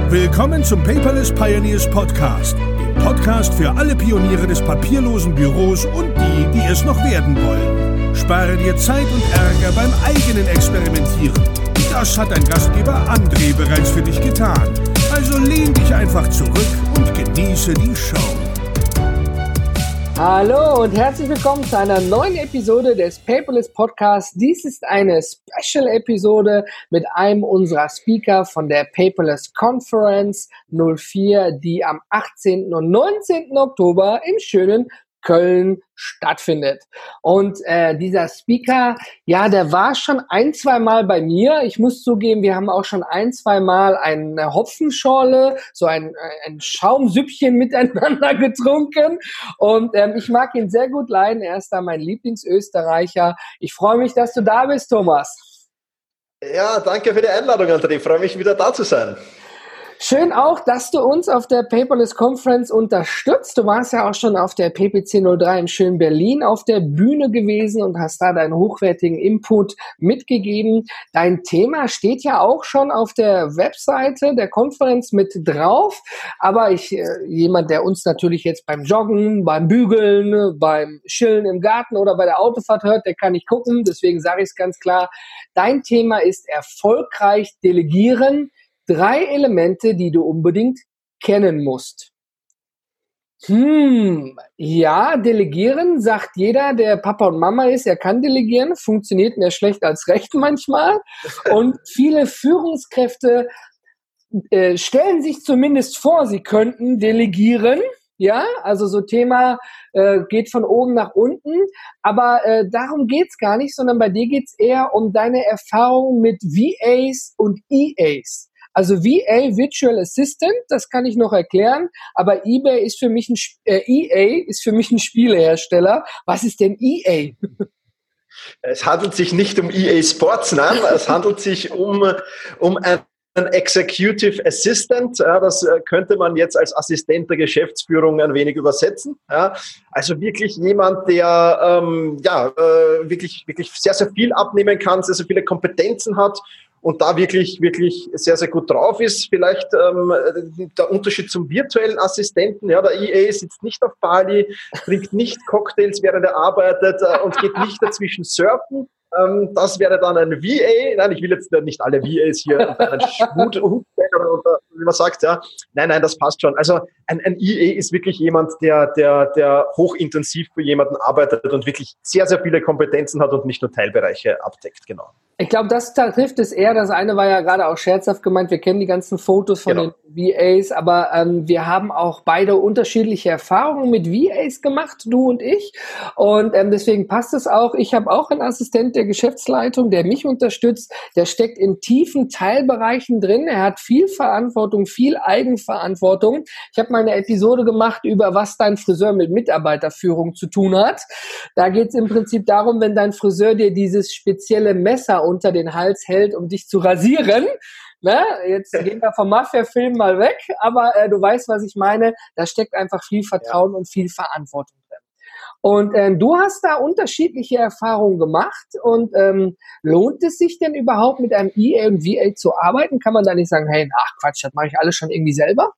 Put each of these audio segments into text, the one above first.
Willkommen zum Paperless Pioneers Podcast, dem Podcast für alle Pioniere des papierlosen Büros und die es noch werden wollen. Spare dir Zeit und Ärger beim eigenen Experimentieren. Das hat dein Gastgeber André bereits für dich getan. Also lehn dich einfach zurück und genieße die Show. Hallo und herzlich willkommen zu einer neuen Episode des Paperless Podcasts. Dies ist eine Special-Episode mit einem unserer Speaker von der Paperless Conference 04, die am 18. und 19. Oktober im schönen Köln stattfindet. Und dieser Speaker, ja, der war schon ein, zwei Mal bei mir. Ich muss zugeben, wir haben auch schon ein, zwei Mal eine Hopfenschorle, so ein Schaumsüppchen miteinander getrunken. Und ich mag ihn sehr gut leiden. Er ist da mein Lieblingsösterreicher. Ich freue mich, dass du da bist, Thomas. Ja, danke für die Einladung, André. Ich freue mich, wieder da zu sein. Schön auch, dass du uns auf der Paperless Conference unterstützt. Du warst ja auch schon auf der PPC 03 in schön Berlin auf der Bühne gewesen und hast da deinen hochwertigen Input mitgegeben. Dein Thema steht ja auch schon auf der Webseite der Konferenz mit drauf. Aber jemand, der uns natürlich jetzt beim Joggen, beim Bügeln, beim Chillen im Garten oder bei der Autofahrt hört, der kann nicht gucken. Deswegen sage ich es ganz klar. Dein Thema ist erfolgreich delegieren. 3 Elemente, die du unbedingt kennen musst. Ja, delegieren, sagt jeder, der Papa und Mama ist, er kann delegieren, funktioniert mehr schlecht als recht manchmal. Und viele Führungskräfte stellen sich zumindest vor, sie könnten delegieren. Ja, also so Thema geht von oben nach unten, aber darum geht's gar nicht, sondern bei dir geht's eher um deine Erfahrung mit VAs und EAs. Also VA, Virtual Assistant, das kann ich noch erklären, aber EA ist für mich ein Spielehersteller. Was ist denn EA? Es handelt sich nicht um EA Sports, nein, es handelt sich um einen Executive Assistant. Ja, das könnte man jetzt als Assistent der Geschäftsführung ein wenig übersetzen. Ja, also wirklich jemand, der wirklich sehr, sehr viel abnehmen kann, sehr, sehr viele Kompetenzen hat und da wirklich sehr, sehr gut drauf ist. Vielleicht der Unterschied zum virtuellen Assistenten. Ja, der EA sitzt nicht auf Bali, trinkt nicht Cocktails, während er arbeitet und geht nicht dazwischen surfen. Das wäre dann ein VA. Nein, ich will jetzt nicht alle VAs hier einen Schmut oder wie man sagt, ja. Nein, das passt schon. Also ein EA ist wirklich jemand, der hochintensiv für jemanden arbeitet und wirklich sehr, sehr viele Kompetenzen hat und nicht nur Teilbereiche abdeckt, genau. Ich glaube, das trifft es eher. Das eine war ja gerade auch scherzhaft gemeint. Wir kennen die ganzen Fotos von den VAs, aber wir haben auch beide unterschiedliche Erfahrungen mit VAs gemacht, du und ich. Und deswegen passt es auch. Ich habe auch einen Assistent der Geschäftsleitung, der mich unterstützt. Der steckt in tiefen Teilbereichen drin. Er hat viel Verantwortung, viel Eigenverantwortung. Ich habe mal eine Episode gemacht über was dein Friseur mit Mitarbeiterführung zu tun hat. Da geht es im Prinzip darum, wenn dein Friseur dir dieses spezielle Messer unter den Hals hält, um dich zu rasieren. Ne? Jetzt gehen wir vom Mafia-Film mal weg, aber du weißt, was ich meine. Da steckt einfach viel Vertrauen und viel Verantwortung drin. Und du hast da unterschiedliche Erfahrungen gemacht und lohnt es sich denn überhaupt mit einem EA und VA zu arbeiten? Kann man da nicht sagen, hey, ach Quatsch, das mache ich alles schon irgendwie selber?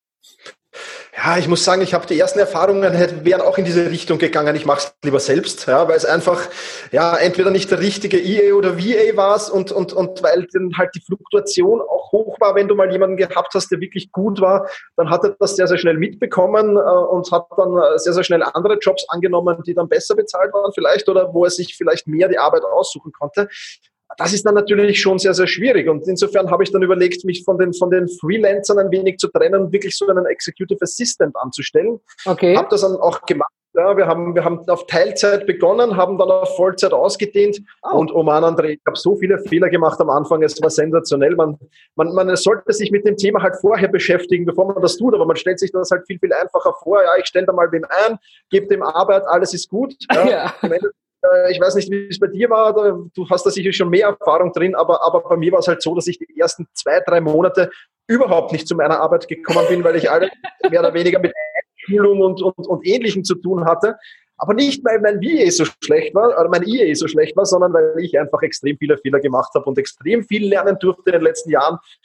Ja, ich muss sagen, ich habe die ersten Erfahrungen wären auch in diese Richtung gegangen. Ich mache es lieber selbst, ja, weil es einfach entweder nicht der richtige EA oder VA war und weil dann halt die Fluktuation auch hoch war. Wenn du mal jemanden gehabt hast, der wirklich gut war, dann hat er das sehr, sehr schnell mitbekommen und hat dann sehr, sehr schnell andere Jobs angenommen, die dann besser bezahlt waren vielleicht oder wo er sich vielleicht mehr die Arbeit aussuchen konnte. Das ist dann natürlich schon sehr, sehr schwierig. Und insofern habe ich dann überlegt, mich von den Freelancern ein wenig zu trennen und wirklich so einen Executive Assistant anzustellen. Okay. Habe das dann auch gemacht. Ja, wir haben auf Teilzeit begonnen, haben dann auf Vollzeit ausgedehnt. Oh. Und oh Mann, André, ich habe so viele Fehler gemacht am Anfang, es war sensationell. Man sollte sich mit dem Thema halt vorher beschäftigen, bevor man das tut, aber man stellt sich das halt viel, viel einfacher vor. Ja, ich stelle da mal wem ein, gebe dem Arbeit, alles ist gut. Ja. Ich weiß nicht, wie es bei dir war, du hast da sicher schon mehr Erfahrung drin, aber bei mir war es halt so, dass ich die ersten 2-3 Monate überhaupt nicht zu meiner Arbeit gekommen bin, weil ich alles mehr oder weniger mit Schulung und Ähnlichem zu tun hatte. Aber nicht, weil mein VA so schlecht war, oder mein EA so schlecht war, sondern weil ich einfach extrem viele Fehler gemacht habe und extrem viel lernen durfte in den letzten Jahren.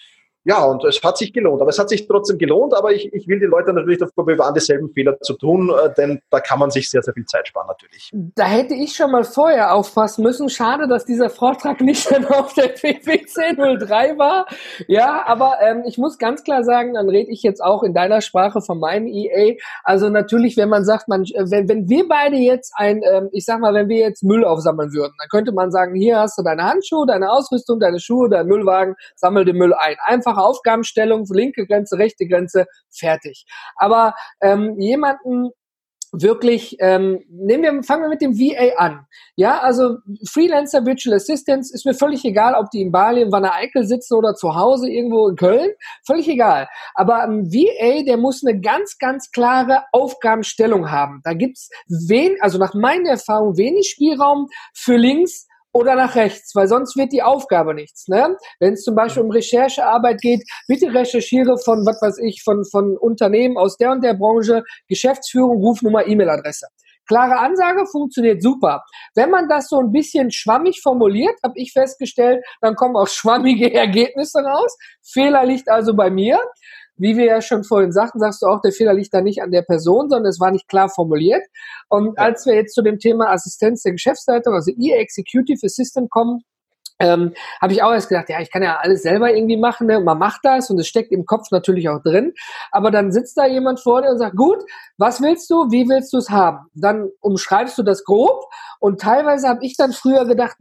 Ja, und es hat sich gelohnt. Aber es hat sich trotzdem gelohnt, aber ich will die Leute natürlich davor bewahren, dieselben Fehler zu tun, denn da kann man sich sehr, sehr viel Zeit sparen natürlich. Da hätte ich schon mal vorher aufpassen müssen. Schade, dass dieser Vortrag nicht dann auf der PPC 03 war. Ja, aber ich muss ganz klar sagen, dann rede ich jetzt auch in deiner Sprache von meinem EA. Also natürlich, wenn man sagt, wenn wir beide jetzt wenn wir jetzt Müll aufsammeln würden, dann könnte man sagen, hier hast du deine Handschuhe, deine Ausrüstung, deine Schuhe, deinen Müllwagen, sammel den Müll ein. Einfache Aufgabenstellung, linke Grenze, rechte Grenze, fertig. Aber jemanden wirklich, fangen wir mit dem VA an. Ja, also Freelancer Virtual Assistants ist mir völlig egal, ob die in Bali, in Wanne-Eickel sitzen oder zu Hause irgendwo in Köln, völlig egal. Aber ein VA, der muss eine ganz, ganz klare Aufgabenstellung haben. Da gibt's also nach meiner Erfahrung wenig Spielraum für links oder nach rechts, weil sonst wird die Aufgabe nichts. Ne? Wenn es zum Beispiel um Recherchearbeit geht, bitte recherchiere von, von Unternehmen aus der und der Branche, Geschäftsführung, Rufnummer, E-Mail-Adresse. Klare Ansage, funktioniert super. Wenn man das so ein bisschen schwammig formuliert, habe ich festgestellt, dann kommen auch schwammige Ergebnisse raus. Fehler liegt also bei mir. Wie wir ja schon vorhin sagten, sagst du auch, der Fehler liegt da nicht an der Person, sondern es war nicht klar formuliert. Und als wir jetzt zu dem Thema Assistenz der Geschäftsleitung, also Executive Assistant kommen, habe ich auch erst gedacht, ja, ich kann ja alles selber irgendwie machen, ne? Man macht das und es steckt im Kopf natürlich auch drin. Aber dann sitzt da jemand vor dir und sagt, gut, was willst du, wie willst du es haben? Dann umschreibst du das grob und teilweise habe ich dann früher gedacht,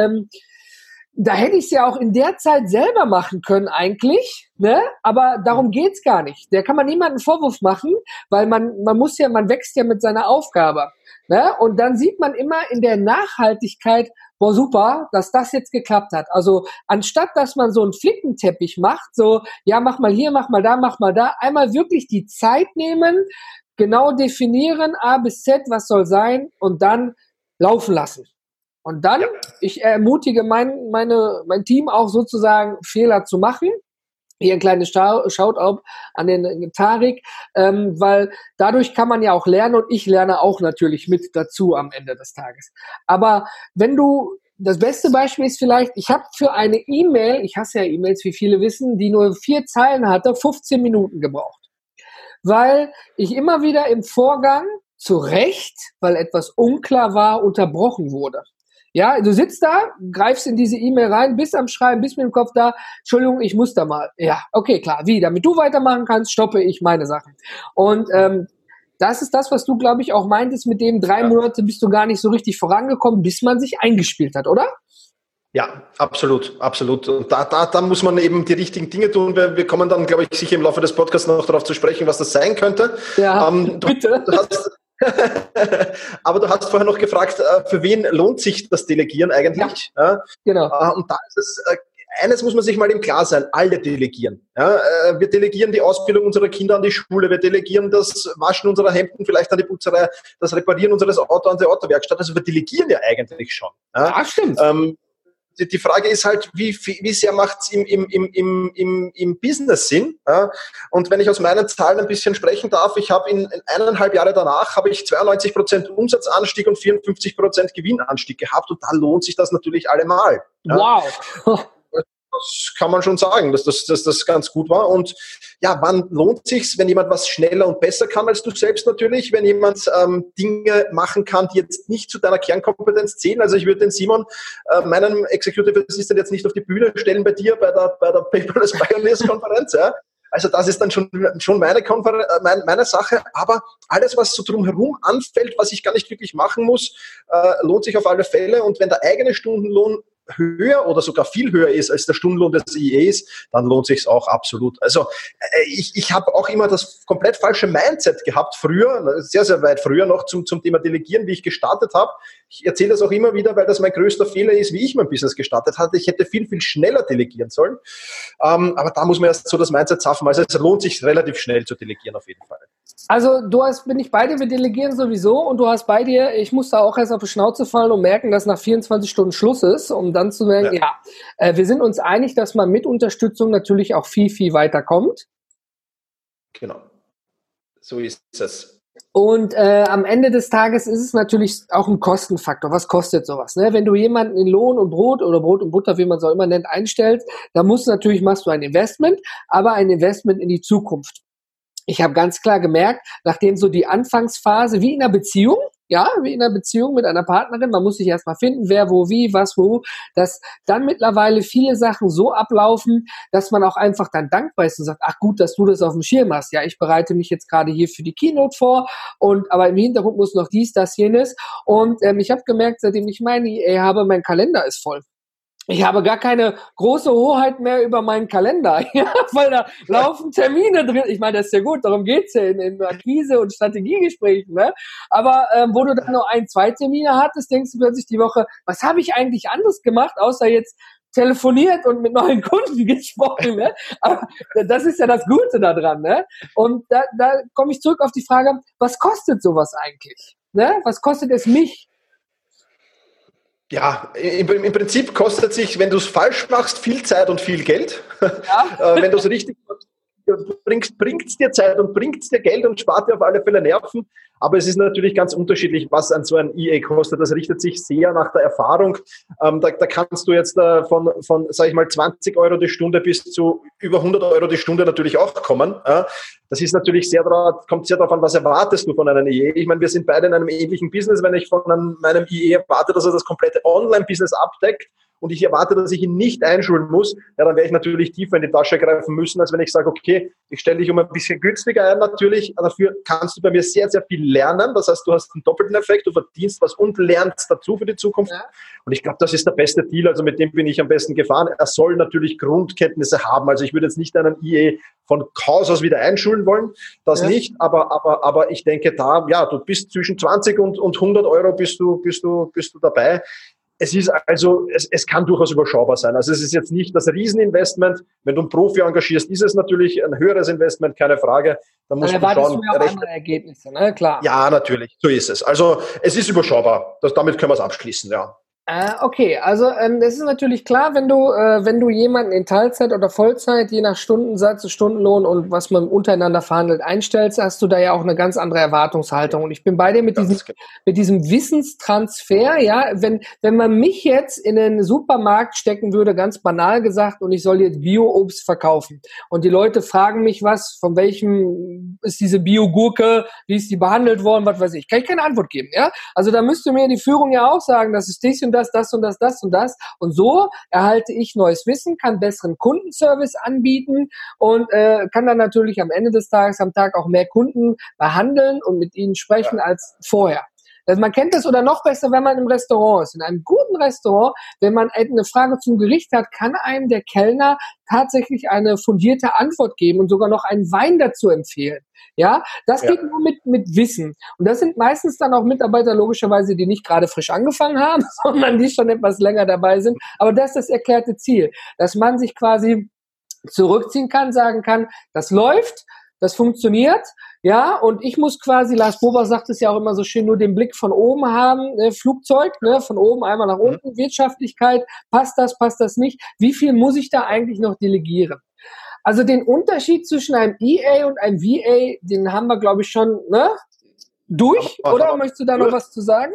da hätte ich es ja auch in der Zeit selber machen können eigentlich, ne? Aber darum geht's gar nicht. Da kann man niemanden einen Vorwurf machen, weil man wächst ja mit seiner Aufgabe, ne? Und dann sieht man immer in der Nachhaltigkeit, boah, super, dass das jetzt geklappt hat. Also anstatt, dass man so einen Flickenteppich macht, so, ja, mach mal hier, mach mal da, einmal wirklich die Zeit nehmen, genau definieren, A bis Z, was soll sein und dann laufen lassen. Und dann, ich ermutige mein Team auch sozusagen, Fehler zu machen. Hier ein kleines Shoutout an den Tarik, weil dadurch kann man ja auch lernen und ich lerne auch natürlich mit dazu am Ende des Tages. Aber das beste Beispiel ist vielleicht, ich habe für eine E-Mail, ich hasse ja E-Mails, wie viele wissen, die nur 4 Zeilen hatte, 15 Minuten gebraucht. Weil ich immer wieder im Vorgang zu Recht, weil etwas unklar war, unterbrochen wurde. Ja, du sitzt da, greifst in diese E-Mail rein, bist am Schreiben, bist mit dem Kopf da, Entschuldigung, ich muss da mal. Ja, okay, klar, wie? Damit du weitermachen kannst, stoppe ich meine Sachen. Und das ist das, was du, glaube ich, auch meintest, mit dem 3 Monate bist du gar nicht so richtig vorangekommen, bis man sich eingespielt hat, oder? Ja, absolut, absolut. Und da muss man eben die richtigen Dinge tun. Wir kommen dann, glaube ich, sicher im Laufe des Podcasts noch darauf zu sprechen, was das sein könnte. Ja, bitte. Aber du hast vorher noch gefragt, für wen lohnt sich das Delegieren eigentlich? Ja, genau. Und da ist es, eines muss man sich mal im Klar sein, alle delegieren. Ja, wir delegieren die Ausbildung unserer Kinder an die Schule, wir delegieren das Waschen unserer Hemden vielleicht an die Putzerei, das Reparieren unseres Autos an die Autowerkstatt. Also wir delegieren ja eigentlich schon. Ja, stimmt. Die Frage ist halt, wie sehr macht es im Business Sinn? Ja? Und wenn ich aus meinen Zahlen ein bisschen sprechen darf, ich habe in 1,5 Jahre danach habe ich 92% Umsatzanstieg und 54% Gewinnanstieg gehabt und da lohnt sich das natürlich allemal. Ja? Wow. Das kann man schon sagen, dass das ganz gut war. Und ja, wann lohnt sich's, wenn jemand was schneller und besser kann als du selbst natürlich, wenn jemand Dinge machen kann, die jetzt nicht zu deiner Kernkompetenz zählen. Also ich würde den Simon, meinen Executive Assistant, jetzt nicht auf die Bühne stellen bei dir, bei der Paperless Pioneers Konferenz. Ja. Also das ist dann schon meine Sache. Aber alles, was so drumherum anfällt, was ich gar nicht wirklich machen muss, lohnt sich auf alle Fälle. Und wenn der eigene Stundenlohn höher oder sogar viel höher ist als der Stundenlohn des IEs, dann lohnt sich es auch absolut. Also ich habe auch immer das komplett falsche Mindset gehabt früher, sehr, sehr weit früher noch zum Thema Delegieren, wie ich gestartet habe. Ich erzähle das auch immer wieder, weil das mein größter Fehler ist, wie ich mein Business gestartet hatte. Ich hätte viel, viel schneller delegieren sollen. Aber da muss man erst so das Mindset schaffen. Also es lohnt sich relativ schnell zu delegieren auf jeden Fall. Also bin ich bei dir, wir delegieren sowieso und du hast bei dir, ich muss da auch erst auf die Schnauze fallen und merken, dass nach 24 Stunden Schluss ist, um dann zu merken, wir sind uns einig, dass man mit Unterstützung natürlich auch viel, viel weiter kommt. Genau, so ist es. Und am Ende des Tages ist es natürlich auch ein Kostenfaktor. Was kostet sowas? Ne? Wenn du jemanden in Lohn und Brot oder Brot und Butter, wie man es auch immer nennt, einstellst, dann machst du ein Investment, aber ein Investment in die Zukunft. Ich habe ganz klar gemerkt, nachdem so die Anfangsphase, wie in einer Beziehung, wie in einer Beziehung mit einer Partnerin, man muss sich erstmal finden, wer, wo, wie, was, wo, dass dann mittlerweile viele Sachen so ablaufen, dass man auch einfach dann dankbar ist und sagt, ach gut, dass du das auf dem Schirm hast. Ja, ich bereite mich jetzt gerade hier für die Keynote vor aber im Hintergrund muss noch dies, das, jenes. Und ich habe gemerkt, seitdem ich meine EA habe, mein Kalender ist voll. Ich habe gar keine große Hoheit mehr über meinen Kalender, weil da laufen Termine drin. Ich meine, das ist ja gut, darum geht's ja in Akquise- und Strategiegesprächen. Ne? Aber wo du dann nur 2 Termine hattest, denkst du plötzlich die Woche, was habe ich eigentlich anderes gemacht, außer jetzt telefoniert und mit neuen Kunden gesprochen. Ne? Aber das ist ja das Gute daran. Ne? Und da komme ich zurück auf die Frage, was kostet sowas eigentlich? Ne? Was kostet es mich? Ja, im Prinzip kostet sich, wenn du es falsch machst, viel Zeit und viel Geld. Ja. Wenn du es richtig machst, bringt es dir Zeit und bringt es dir Geld und spart dir auf alle Fälle Nerven. Aber es ist natürlich ganz unterschiedlich, was an so ein EA kostet. Das richtet sich sehr nach der Erfahrung. Da kannst du jetzt von sag ich mal, 20 Euro die Stunde bis zu über 100 Euro die Stunde natürlich auch kommen. Das ist natürlich kommt sehr darauf an, was erwartest du von einem EA. Ich meine, wir sind beide in einem ähnlichen Business. Wenn ich von meinem EA erwarte, dass er das komplette Online-Business abdeckt, und ich erwarte, dass ich ihn nicht einschulen muss, ja, dann werde ich natürlich tiefer in die Tasche greifen müssen, als wenn ich sage, okay, ich stelle dich um ein bisschen günstiger ein natürlich. Dafür kannst du bei mir sehr, sehr viel lernen. Das heißt, du hast einen doppelten Effekt, du verdienst was und lernst dazu für die Zukunft. Ja. Und ich glaube, das ist der beste Deal. Also mit dem bin ich am besten gefahren. Er soll natürlich Grundkenntnisse haben. Also ich würde jetzt nicht einen EA von Haus aus wieder einschulen wollen. Das nicht. Aber ich denke da, ja, du bist zwischen 20 und 100 Euro bist du dabei. Es ist also, es kann durchaus überschaubar sein. Also es ist jetzt nicht das Rieseninvestment. Wenn du einen Profi engagierst, ist es natürlich ein höheres Investment, keine Frage. Da musst du schauen. Auch andere Ergebnisse, ne? Klar. Ja, natürlich. So ist es. Also es ist überschaubar. Damit können wir es abschließen, ja. Okay, also es ist natürlich klar, wenn du jemanden in Teilzeit oder Vollzeit, je nach Stundensatz, Stundenlohn und was man untereinander verhandelt, einstellst, hast du da ja auch eine ganz andere Erwartungshaltung. Und ich bin bei dir mit diesem Wissenstransfer, ja, wenn man mich jetzt in den Supermarkt stecken würde, ganz banal gesagt, und ich soll jetzt Bio-Obst verkaufen und die Leute fragen mich von welchem ist diese Bio-Gurke, wie ist die behandelt worden, was weiß ich, kann ich keine Antwort geben, ja. Also da müsste mir die Führung ja auch sagen, das ist dies und das und das. Und so erhalte ich neues Wissen, kann besseren Kundenservice anbieten und kann dann natürlich am Ende des Tages, am Tag auch mehr Kunden behandeln und mit ihnen sprechen als vorher. Also man kennt das oder noch besser, wenn man im Restaurant ist. In einem guten Restaurant, wenn man eine Frage zum Gericht hat, kann einem der Kellner tatsächlich eine fundierte Antwort geben und sogar noch einen Wein dazu empfehlen. Ja, das geht nur mit Wissen. Und das sind meistens dann auch Mitarbeiter logischerweise, die nicht gerade frisch angefangen haben, sondern die schon etwas länger dabei sind. Aber das ist das erklärte Ziel, dass man sich quasi zurückziehen kann, sagen kann, das läuft, das funktioniert, ja, und ich muss quasi, Lars Bober sagt es ja auch immer so schön, nur den Blick von oben haben, Flugzeug, von oben einmal nach unten, Wirtschaftlichkeit, passt das nicht, wie viel muss ich da eigentlich noch delegieren? Also den Unterschied zwischen einem EA und einem VA, den haben wir, glaube ich, schon durch, oder? Möchtest du da noch was zu sagen?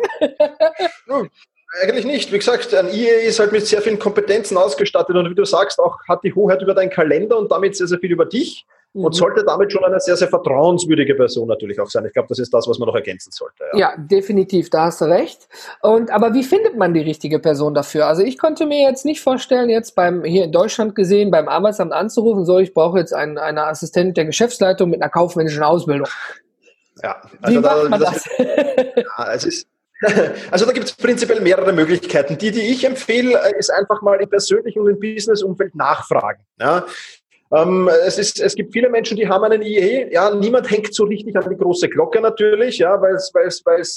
Eigentlich nicht. Wie gesagt, ein EA ist halt mit sehr vielen Kompetenzen ausgestattet und wie du sagst, auch hat die Hoheit über deinen Kalender und damit sehr, sehr viel über dich. Und sollte damit schon eine sehr, sehr vertrauenswürdige Person natürlich auch sein. Ich glaube, das ist das, was man noch ergänzen sollte. Ja, definitiv, da hast du recht. Aber wie findet man die richtige Person dafür? Also ich konnte mir jetzt nicht vorstellen, jetzt hier in Deutschland gesehen, beim Arbeitsamt anzurufen, ich brauche jetzt eine Assistentin der Geschäftsleitung mit einer kaufmännischen Ausbildung. Ja, also wie macht man das? Also da gibt es prinzipiell mehrere Möglichkeiten. Die ich empfehle, ist einfach mal im persönlichen und im Business-Umfeld nachfragen. Ja. Es gibt viele Menschen, die haben einen EA. Ja, niemand hängt so richtig an die große Glocke natürlich, ja, weil es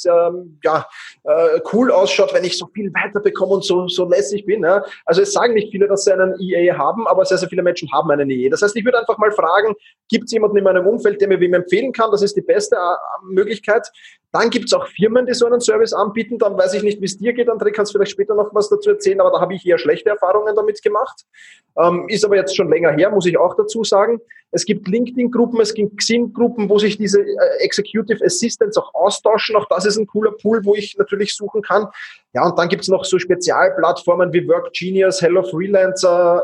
cool ausschaut, wenn ich so viel weiterbekomme und so lässig bin. Ja. Also es sagen nicht viele, dass sie einen EA haben, aber sehr, sehr viele Menschen haben einen EA. Das heißt, ich würde einfach mal fragen, gibt es jemanden in meinem Umfeld, der mir wem empfehlen kann? Das ist die beste Möglichkeit. Dann gibt es auch Firmen, die so einen Service anbieten. Dann weiß ich nicht, wie es dir geht, André, kannst du vielleicht später noch was dazu erzählen, aber da habe ich eher schlechte Erfahrungen damit gemacht. Ist aber jetzt schon länger her, muss ich auch dazu sagen. Es gibt LinkedIn-Gruppen, es gibt Xing-Gruppen, wo sich diese Executive Assistants auch austauschen. Auch das ist ein cooler Pool, wo ich natürlich suchen kann. Ja, und dann gibt es noch so Spezialplattformen wie WorkGenius, Hello Freelancer,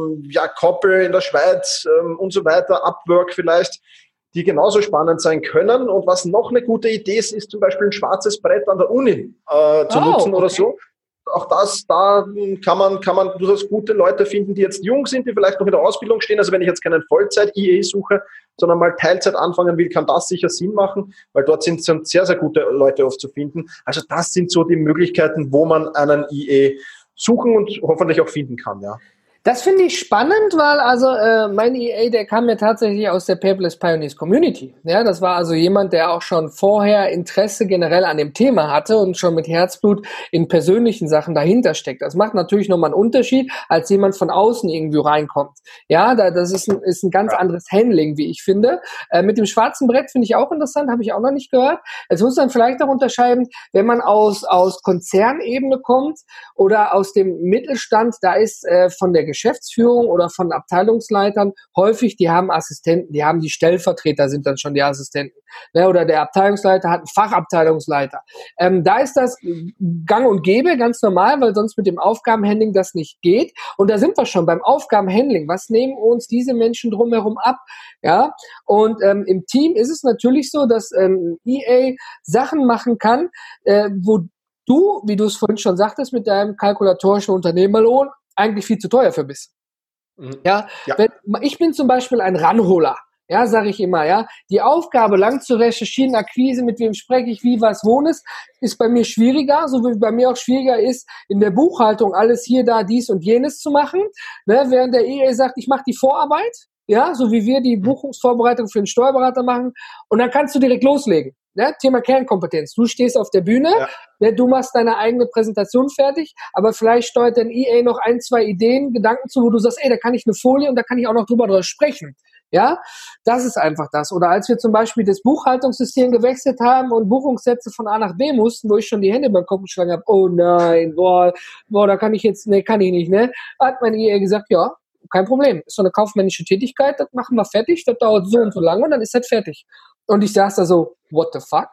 Koppel in der Schweiz und so weiter, Upwork vielleicht, die genauso spannend sein können. Und was noch eine gute Idee ist, ist zum Beispiel ein schwarzes Brett an der Uni zu nutzen oder so. Auch da kann man durchaus gute Leute finden, die jetzt jung sind, die vielleicht noch in der Ausbildung stehen. Also wenn ich jetzt keinen Vollzeit-EA suche, sondern mal Teilzeit anfangen will, kann das sicher Sinn machen, weil dort sind sehr, sehr gute Leute oft zu finden. Also das sind so die Möglichkeiten, wo man einen EA suchen und hoffentlich auch finden kann, ja. Das finde ich spannend, weil also mein EA, der kam ja tatsächlich aus der Paperless Pioneers Community. Ja, das war also jemand, der auch schon vorher Interesse generell an dem Thema hatte und schon mit Herzblut in persönlichen Sachen dahinter steckt. Das macht natürlich nochmal einen Unterschied, als jemand von außen irgendwie reinkommt. Ja, das ist ein ganz anderes Handling, wie ich finde. Mit dem schwarzen Brett finde ich auch interessant, habe ich auch noch nicht gehört. Jetzt muss man vielleicht auch unterscheiden, wenn man aus Konzernebene kommt oder aus dem Mittelstand, da ist von der Geschäftsführung oder von Abteilungsleitern häufig, die haben Assistenten, die haben die Stellvertreter, sind dann schon die Assistenten. Ne? Oder der Abteilungsleiter hat einen Fachabteilungsleiter. Da ist das gang und gäbe, ganz normal, weil sonst mit dem Aufgabenhandling das nicht geht. Und da sind wir schon beim Aufgabenhandling. Was nehmen uns diese Menschen drumherum ab? Ja, und im Team ist es natürlich so, dass EA Sachen machen kann, wo du, wie du es vorhin schon sagtest, mit deinem kalkulatorischen Unternehmerlohn eigentlich viel zu teuer für bist. Ja. Ich bin zum Beispiel ein Ranholer. Ja, sage ich immer, ja. Die Aufgabe, lang zu recherchieren, Akquise, mit wem spreche ich, wie, was, wo ist bei mir schwieriger, so wie bei mir auch schwieriger ist, in der Buchhaltung alles hier, da, dies und jenes zu machen. Ne, während der EA sagt, ich mache die Vorarbeit, ja, so wie wir die Buchungsvorbereitung für einen Steuerberater machen, und dann kannst du direkt loslegen. Ne? Thema Kernkompetenz. Du stehst auf der Bühne, ne? Du machst deine eigene Präsentation fertig, aber vielleicht steuert dein EA noch 1, 2 Ideen, Gedanken zu, wo du sagst, ey, da kann ich eine Folie und da kann ich auch noch drüber sprechen. Ja, das ist einfach das. Oder als wir zum Beispiel das Buchhaltungssystem gewechselt haben und Buchungssätze von A nach B mussten, wo ich schon die Hände beim Kopf geschlagen habe, oh nein, boah, da kann ich jetzt, nee, kann ich nicht, ne? Hat mein EA gesagt, ja, kein Problem. Ist so eine kaufmännische Tätigkeit, das machen wir fertig, das dauert so und so lange und dann ist das fertig. Und ich saß da so, what the fuck?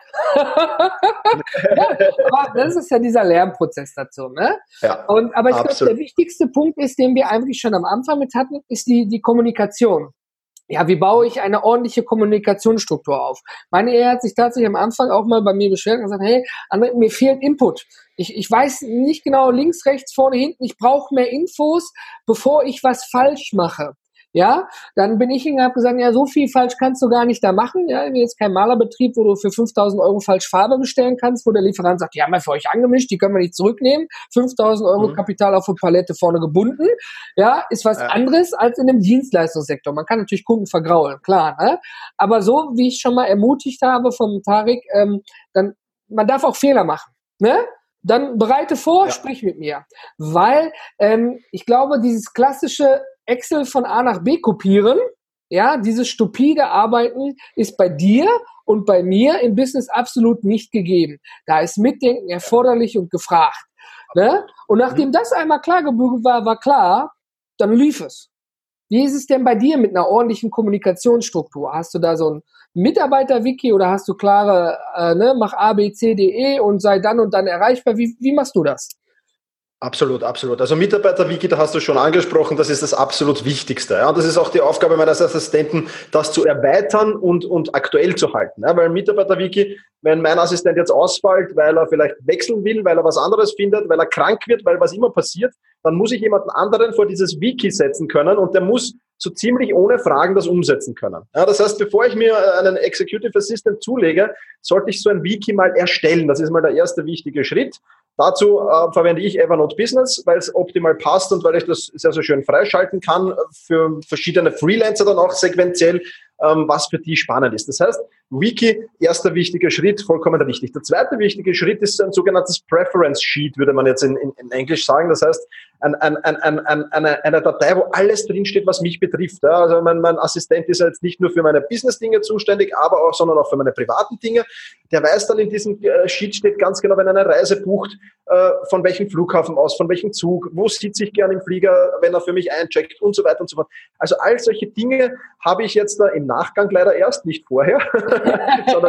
Ja, aber das ist ja dieser Lernprozess dazu, ne? Ja, aber ich glaube, der wichtigste Punkt ist, den wir eigentlich schon am Anfang mit hatten, ist die Kommunikation. Ja, wie baue ich eine ordentliche Kommunikationsstruktur auf? Meine Ehe hat sich tatsächlich am Anfang auch mal bei mir beschwert und gesagt, hey, André, mir fehlt Input. Ich weiß nicht genau links, rechts, vorne, hinten. Ich brauche mehr Infos, bevor ich was falsch mache. Ja, dann bin ich hingegangen und habe gesagt, ja, so viel falsch kannst du gar nicht da machen. Ja, wir jetzt kein Malerbetrieb, wo du für 5.000 € falsch Farbe bestellen kannst, wo der Lieferant sagt, die haben wir für euch angemischt, die können wir nicht zurücknehmen. 5.000 € Kapital auf eine Palette vorne gebunden. Ja, ist was anderes als in dem Dienstleistungssektor. Man kann natürlich Kunden vergraulen, klar. Ne? Aber so, wie ich schon mal ermutigt habe vom Tarek, dann, man darf auch Fehler machen. Ne? Dann bereite vor, sprich mit mir. Weil ich glaube, dieses klassische Excel von A nach B kopieren, ja, dieses stupide Arbeiten ist bei dir und bei mir im Business absolut nicht gegeben. Da ist Mitdenken erforderlich und gefragt. Ne? Und nachdem das einmal klar gebügelt war klar, dann lief es. Wie ist es denn bei dir mit einer ordentlichen Kommunikationsstruktur? Hast du da so ein Mitarbeiter-Wiki oder hast du klare, mach A, B, C, D, E und sei dann und dann erreichbar? Wie machst du das? Absolut, absolut. Also Mitarbeiter-Wiki, da hast du schon angesprochen, das ist das absolut Wichtigste. Ja. Und das ist auch die Aufgabe meines Assistenten, das zu erweitern und aktuell zu halten. Ja. Weil Mitarbeiter-Wiki, wenn mein Assistent jetzt ausfällt, weil er vielleicht wechseln will, weil er was anderes findet, weil er krank wird, weil was immer passiert, dann muss ich jemanden anderen vor dieses Wiki setzen können und der muss so ziemlich ohne Fragen das umsetzen können. Ja, das heißt, bevor ich mir einen Executive Assistant zulege, sollte ich so ein Wiki mal erstellen. Das ist mal der erste wichtige Schritt. Dazu verwende ich Evernote Business, weil es optimal passt und weil ich das sehr, sehr schön freischalten kann für verschiedene Freelancer dann auch sequenziell, was für die spannend ist. Das heißt, Wiki, erster wichtiger Schritt, vollkommen richtig. Der zweite wichtige Schritt ist ein sogenanntes Preference Sheet, würde man jetzt in Englisch sagen. Das heißt, eine Datei, wo alles drinsteht, was mich betrifft. Ja, also mein Assistent ist jetzt nicht nur für meine Business-Dinge zuständig, sondern auch für meine privaten Dinge. Der weiß dann, in diesem Sheet steht ganz genau, wenn er eine Reise bucht, von welchem Flughafen aus, von welchem Zug, wo sitze ich gern im Flieger, wenn er für mich eincheckt und so weiter und so fort. Also all solche Dinge habe ich jetzt da im Nachgang leider erst, nicht vorher, sondern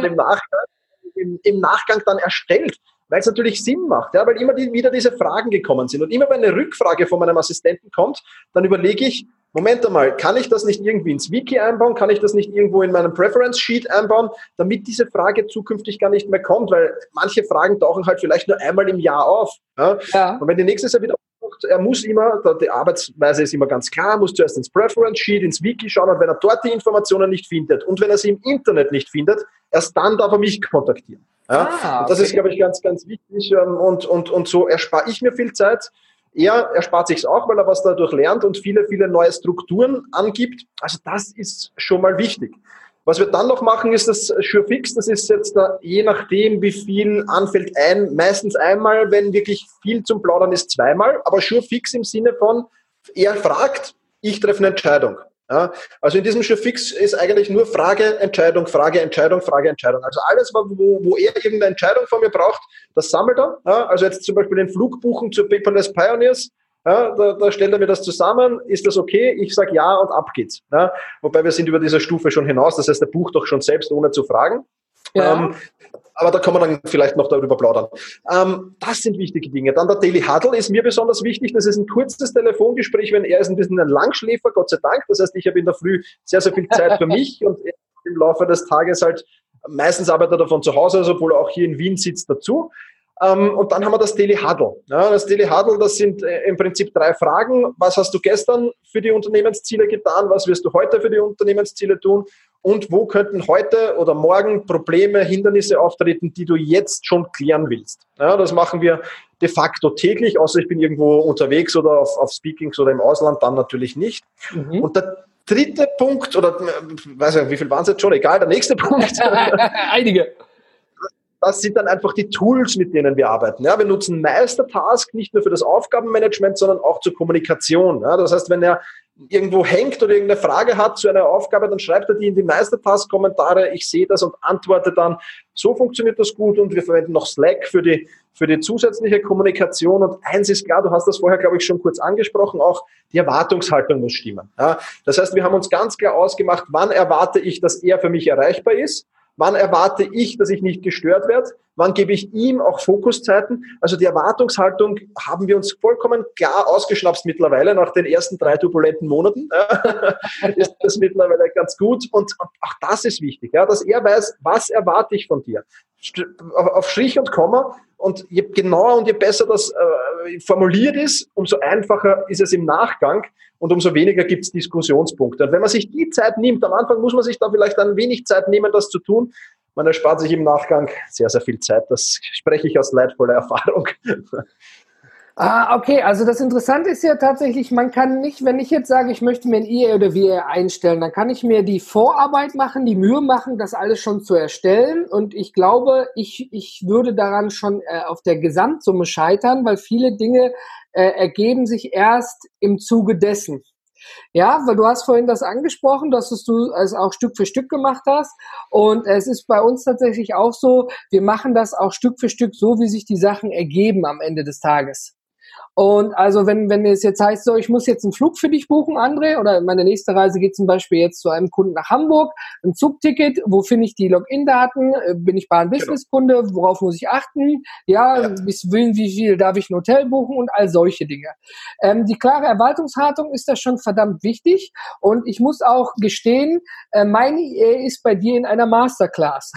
im Nachgang dann erstellt, weil es natürlich Sinn macht, ja, weil immer wieder diese Fragen gekommen sind. Und immer wenn eine Rückfrage von meinem Assistenten kommt, dann überlege ich, Moment einmal, kann ich das nicht irgendwie ins Wiki einbauen? Kann ich das nicht irgendwo in meinem Preference Sheet einbauen, damit diese Frage zukünftig gar nicht mehr kommt? Weil manche Fragen tauchen halt vielleicht nur einmal im Jahr auf. Ja? Ja. Und wenn die nächste Jahr wieder aufmacht, er muss immer, die Arbeitsweise ist immer ganz klar, er muss zuerst ins Preference Sheet, ins Wiki schauen, und wenn er dort die Informationen nicht findet und wenn er sie im Internet nicht findet, erst dann darf er mich kontaktieren. Ja? Okay. Und das ist, glaube ich, ganz, ganz wichtig, und so erspare ich mir viel Zeit. Er spart sich's auch, weil er was dadurch lernt und viele, viele neue Strukturen angibt. Also das ist schon mal wichtig. Was wir dann noch machen, ist das SureFix. Das ist jetzt da, je nachdem, wie viel anfällt, meistens einmal, wenn wirklich viel zum Plaudern ist, zweimal. Aber SureFix im Sinne von, er fragt, ich treffe eine Entscheidung. Ja, also in diesem SureFix ist eigentlich nur Frage, Entscheidung, Frage, Entscheidung, Frage, Entscheidung. Also alles, wo er irgendeine Entscheidung von mir braucht, das sammelt er. Ja, also jetzt zum Beispiel den Flug buchen zu Paperless Pioneers, ja, da stellt er mir das zusammen, ist das okay? Ich sage ja und ab geht's. Ja, wobei wir sind über dieser Stufe schon hinaus, das heißt, er bucht doch schon selbst, ohne zu fragen. Ja. Aber da kann man dann vielleicht noch darüber plaudern. Das sind wichtige Dinge. Dann der Daily Huddle ist mir besonders wichtig. Das ist ein kurzes Telefongespräch, wenn er ist ein bisschen ein Langschläfer, Gott sei Dank. Das heißt, ich habe in der Früh sehr, sehr viel Zeit für mich und im Laufe des Tages halt meistens arbeitet er von zu Hause, also obwohl er auch hier in Wien sitzt, dazu. Und dann haben wir das Daily Huddle. Ja, das Daily Huddle, das sind im Prinzip 3 Fragen. Was hast du gestern für die Unternehmensziele getan? Was wirst du heute für die Unternehmensziele tun? Und wo könnten heute oder morgen Probleme, Hindernisse auftreten, die du jetzt schon klären willst? Ja, das machen wir de facto täglich, außer ich bin irgendwo unterwegs oder auf Speakings oder im Ausland, dann natürlich nicht. Mhm. Und der dritte Punkt, oder weiß nicht, wie viel waren es jetzt schon? Egal, der nächste Punkt. Einige. Das sind dann einfach die Tools, mit denen wir arbeiten. Ja, wir nutzen Meistertask nicht nur für das Aufgabenmanagement, sondern auch zur Kommunikation. Ja, das heißt, wenn er irgendwo hängt oder irgendeine Frage hat zu einer Aufgabe, dann schreibt er die in die Meistertask-Kommentare. Ich sehe das und antworte dann. So funktioniert das gut, und wir verwenden noch Slack für die zusätzliche Kommunikation. Und eins ist klar, du hast das vorher, glaube ich, schon kurz angesprochen, auch die Erwartungshaltung muss stimmen. Ja, das heißt, wir haben uns ganz klar ausgemacht, wann erwarte ich, dass er für mich erreichbar ist. Wann erwarte ich, dass ich nicht gestört werde? Wann gebe ich ihm auch Fokuszeiten? Also die Erwartungshaltung haben wir uns vollkommen klar ausgeschnapst mittlerweile. Nach den ersten 3 turbulenten Monaten ist das mittlerweile ganz gut. Und auch das ist wichtig, ja, dass er weiß, was erwarte ich von dir. Auf Strich und Komma. Und je genauer und je besser das formuliert ist, umso einfacher ist es im Nachgang und umso weniger gibt es Diskussionspunkte. Und wenn man sich die Zeit nimmt, am Anfang muss man sich da vielleicht ein wenig Zeit nehmen, das zu tun. Man erspart sich im Nachgang sehr, sehr viel Zeit. Das spreche ich aus leidvoller Erfahrung. Okay, also das Interessante ist ja tatsächlich, man kann nicht, wenn ich jetzt sage, ich möchte mir ein EA oder VA einstellen, dann kann ich mir die Vorarbeit machen, die Mühe machen, das alles schon zu erstellen, und ich glaube, ich würde daran schon auf der Gesamtsumme scheitern, weil viele Dinge ergeben sich erst im Zuge dessen. Ja, weil du hast vorhin das angesprochen, dass du es auch Stück für Stück gemacht hast, und es ist bei uns tatsächlich auch so, wir machen das auch Stück für Stück so, wie sich die Sachen ergeben am Ende des Tages. Und also wenn es jetzt heißt, so, ich muss jetzt einen Flug für dich buchen, André, oder meine nächste Reise geht zum Beispiel jetzt zu einem Kunden nach Hamburg, ein Zugticket, wo finde ich die Login-Daten, bin ich Bahn-Business-Kunde, worauf muss ich achten, wie viel darf ich ein Hotel buchen und all solche Dinge. Die klare Erwartungshaltung ist da schon verdammt wichtig, und ich muss auch gestehen, meine EA ist bei dir in einer Masterclass.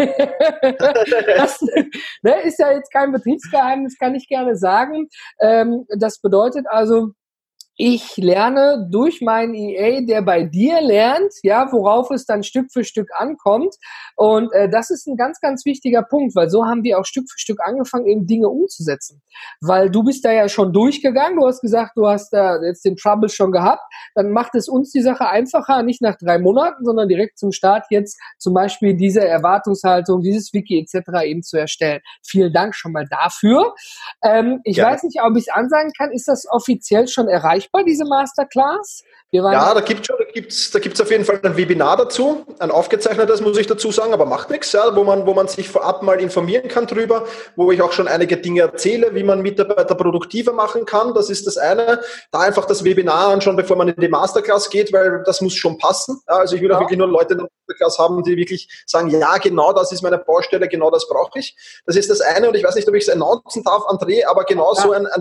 Das ist ja jetzt kein Betriebsgeheimnis, kann ich gerne sagen. Das bedeutet also, ich lerne durch meinen EA, der bei dir lernt, ja, worauf es dann Stück für Stück ankommt. Und das ist ein ganz, ganz wichtiger Punkt, weil so haben wir auch Stück für Stück angefangen, eben Dinge umzusetzen. Weil du bist da ja schon durchgegangen, du hast gesagt, du hast da jetzt den Trouble schon gehabt, dann macht es uns die Sache einfacher, nicht nach 3 Monaten, sondern direkt zum Start jetzt zum Beispiel diese Erwartungshaltung, dieses Wiki etc. eben zu erstellen. Vielen Dank schon mal dafür. Ich weiß nicht, ob ich es ansagen kann, ist das offiziell schon erreichbar, diese Masterclass? Ja, da gibt's auf jeden Fall ein Webinar dazu, ein aufgezeichnetes, muss ich dazu sagen, aber macht nichts, ja, wo man sich vorab mal informieren kann drüber, wo ich auch schon einige Dinge erzähle, wie man Mitarbeiter produktiver machen kann. Das ist das eine. Da einfach das Webinar anschauen, bevor man in die Masterclass geht, weil das muss schon passen. Ja, also ich will auch wirklich nur Leute in der Masterclass haben, die wirklich sagen, ja, genau das ist meine Baustelle, genau das brauche ich. Das ist das eine und ich weiß nicht, ob ich es announcen darf, André, aber genau so ein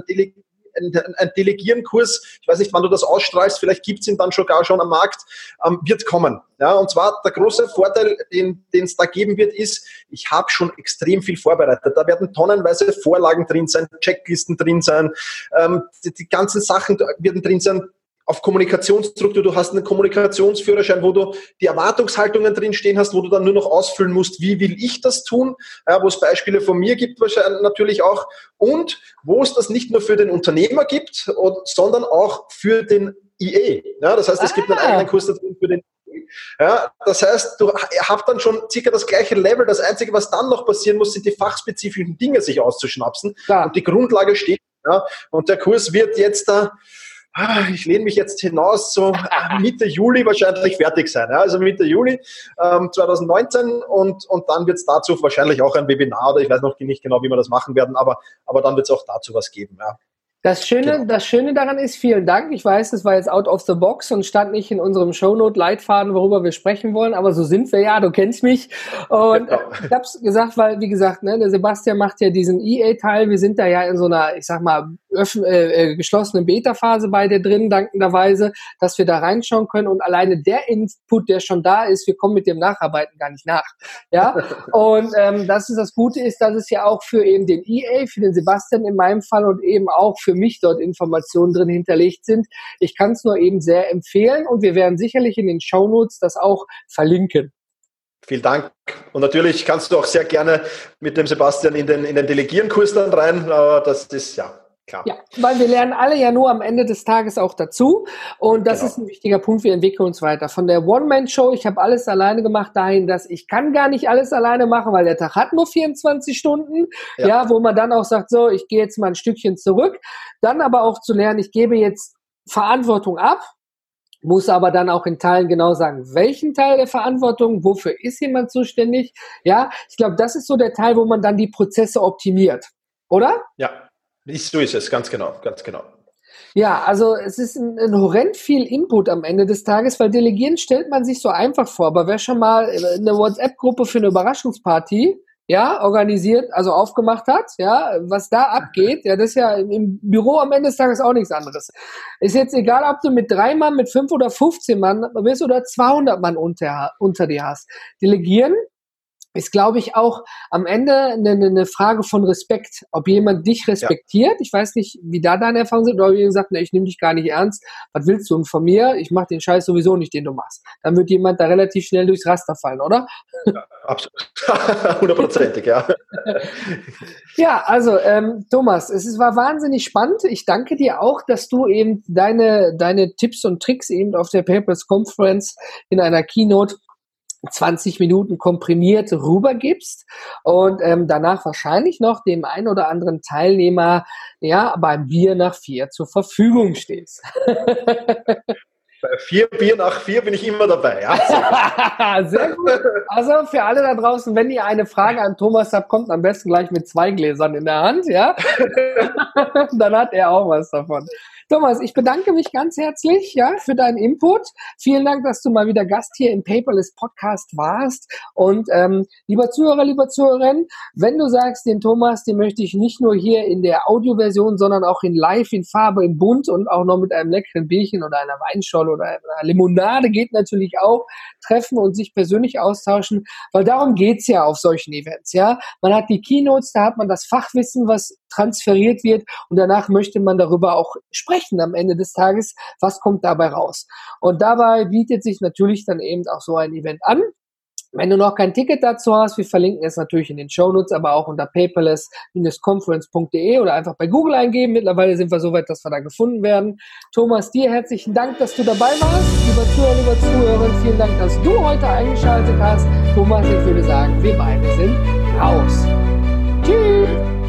Delegieren-Kurs, ich weiß nicht, wann du das ausstrahlst, vielleicht gibt es ihn dann schon am Markt, wird kommen. Ja, und zwar der große Vorteil, den es da geben wird, ist, ich habe schon extrem viel vorbereitet. Da werden tonnenweise Vorlagen drin sein, Checklisten drin sein, die ganzen Sachen werden drin sein, auf Kommunikationsstruktur, du hast einen Kommunikationsführerschein, wo du die Erwartungshaltungen drin stehen hast, wo du dann nur noch ausfüllen musst, wie will ich das tun, ja, wo es Beispiele von mir gibt wahrscheinlich natürlich auch und wo es das nicht nur für den Unternehmer gibt, sondern auch für den EA. Ja, das heißt, es gibt einen eigenen Kurs da drin für den EA. Ja, das heißt, du habt dann schon circa das gleiche Level. Das Einzige, was dann noch passieren muss, sind die fachspezifischen Dinge sich auszuschnapsen. Ja. Und die Grundlage steht. Ja, und der Kurs wird jetzt da ich lehne mich jetzt hinaus, so Mitte Juli wahrscheinlich fertig sein. Ja? Also Mitte Juli 2019 und dann wird es dazu wahrscheinlich auch ein Webinar oder ich weiß noch nicht genau, wie wir das machen werden, aber dann wird es auch dazu was geben. Ja. Das Schöne daran ist, vielen Dank. Ich weiß, das war jetzt out of the box und stand nicht in unserem Shownote-Leitfaden, worüber wir sprechen wollen, aber so sind wir ja, du kennst mich. Und ich habe es gesagt, weil, wie gesagt, ne, der Sebastian macht ja diesen EA-Teil. Wir sind da ja in so einer, ich sag mal, geschlossenen Beta-Phase bei dir drin, dankenderweise, dass wir da reinschauen können und alleine der Input, der schon da ist, wir kommen mit dem Nacharbeiten gar nicht nach. Ja, und das ist das Gute ist, dass es ja auch für eben den EA, für den Sebastian in meinem Fall und eben auch für mich dort Informationen drin hinterlegt sind. Ich kann es nur eben sehr empfehlen und wir werden sicherlich in den Shownotes das auch verlinken. Vielen Dank. Und natürlich kannst du auch sehr gerne mit dem Sebastian in den Delegieren-Kurs dann rein. Das ist ja klar. Ja, weil wir lernen alle ja nur am Ende des Tages auch dazu. Und das ist ein wichtiger Punkt. Wir entwickeln uns weiter. Von der One-Man-Show, ich habe alles alleine gemacht, dahin, dass ich kann gar nicht alles alleine machen, weil der Tag hat nur 24 Stunden. Ja, wo man dann auch sagt, so, ich gehe jetzt mal ein Stückchen zurück. Dann aber auch zu lernen, ich gebe jetzt Verantwortung ab. Muss aber dann auch in Teilen genau sagen, welchen Teil der Verantwortung, wofür ist jemand zuständig. Ja, ich glaube, das ist so der Teil, wo man dann die Prozesse optimiert. Oder? Ja. So ist es, ganz genau, ganz genau. Ja, also es ist ein horrend viel Input am Ende des Tages, weil Delegieren stellt man sich so einfach vor, aber wer schon mal eine WhatsApp-Gruppe für eine Überraschungsparty organisiert, also aufgemacht hat, ja, was da abgeht, ja, das ist ja im Büro am Ende des Tages auch nichts anderes. Ist jetzt egal, ob du mit 3 Mann, mit 5 oder 15 Mann bist oder 200 Mann unter dir hast. Delegieren ist, glaube ich, auch am Ende eine Frage von Respekt. Ob jemand dich respektiert, ich weiß nicht, wie da deine Erfahrungen sind, oder jemand sagt, ne, ich nehme dich gar nicht ernst, was willst du von mir? Ich mache den Scheiß sowieso nicht, den du machst. Dann wird jemand da relativ schnell durchs Raster fallen, oder? Ja, absolut. 100%, ja. Ja, also Thomas, war wahnsinnig spannend. Ich danke dir auch, dass du eben deine Tipps und Tricks eben auf der Paperless Conference in einer Keynote 20 Minuten komprimiert rübergibst und danach wahrscheinlich noch dem einen oder anderen Teilnehmer beim Bier nach 4 zur Verfügung stehst. Bei 4 Bier nach 4 bin ich immer dabei. Ja, sehr gut. Also für alle da draußen, wenn ihr eine Frage an Thomas habt, kommt am besten gleich mit 2 Gläsern in der Hand, ja. Dann hat er auch was davon. Thomas, ich bedanke mich ganz herzlich für deinen Input. Vielen Dank, dass du mal wieder Gast hier im Paperless Podcast warst. Und lieber Zuhörer, lieber Zuhörerin, wenn du sagst, den Thomas, den möchte ich nicht nur hier in der Audioversion, sondern auch in Live, in Farbe, in Bunt und auch noch mit einem leckeren Bierchen oder einer Weinscholle oder einer Limonade geht natürlich auch, treffen und sich persönlich austauschen, weil darum geht's ja auf solchen Events. Ja, man hat die Keynotes, da hat man das Fachwissen, was transferiert wird und danach möchte man darüber auch sprechen am Ende des Tages, was kommt dabei raus. Und dabei bietet sich natürlich dann eben auch so ein Event an. Wenn du noch kein Ticket dazu hast, wir verlinken es natürlich in den Shownotes, aber auch unter paperless-conference.de oder einfach bei Google eingeben. Mittlerweile sind wir so weit, dass wir da gefunden werden. Thomas, dir herzlichen Dank, dass du dabei warst. Lieber Zuhörer, lieber Zuhörerin, vielen Dank, dass du heute eingeschaltet hast. Thomas, ich würde sagen, wir beide sind raus. Tschüss!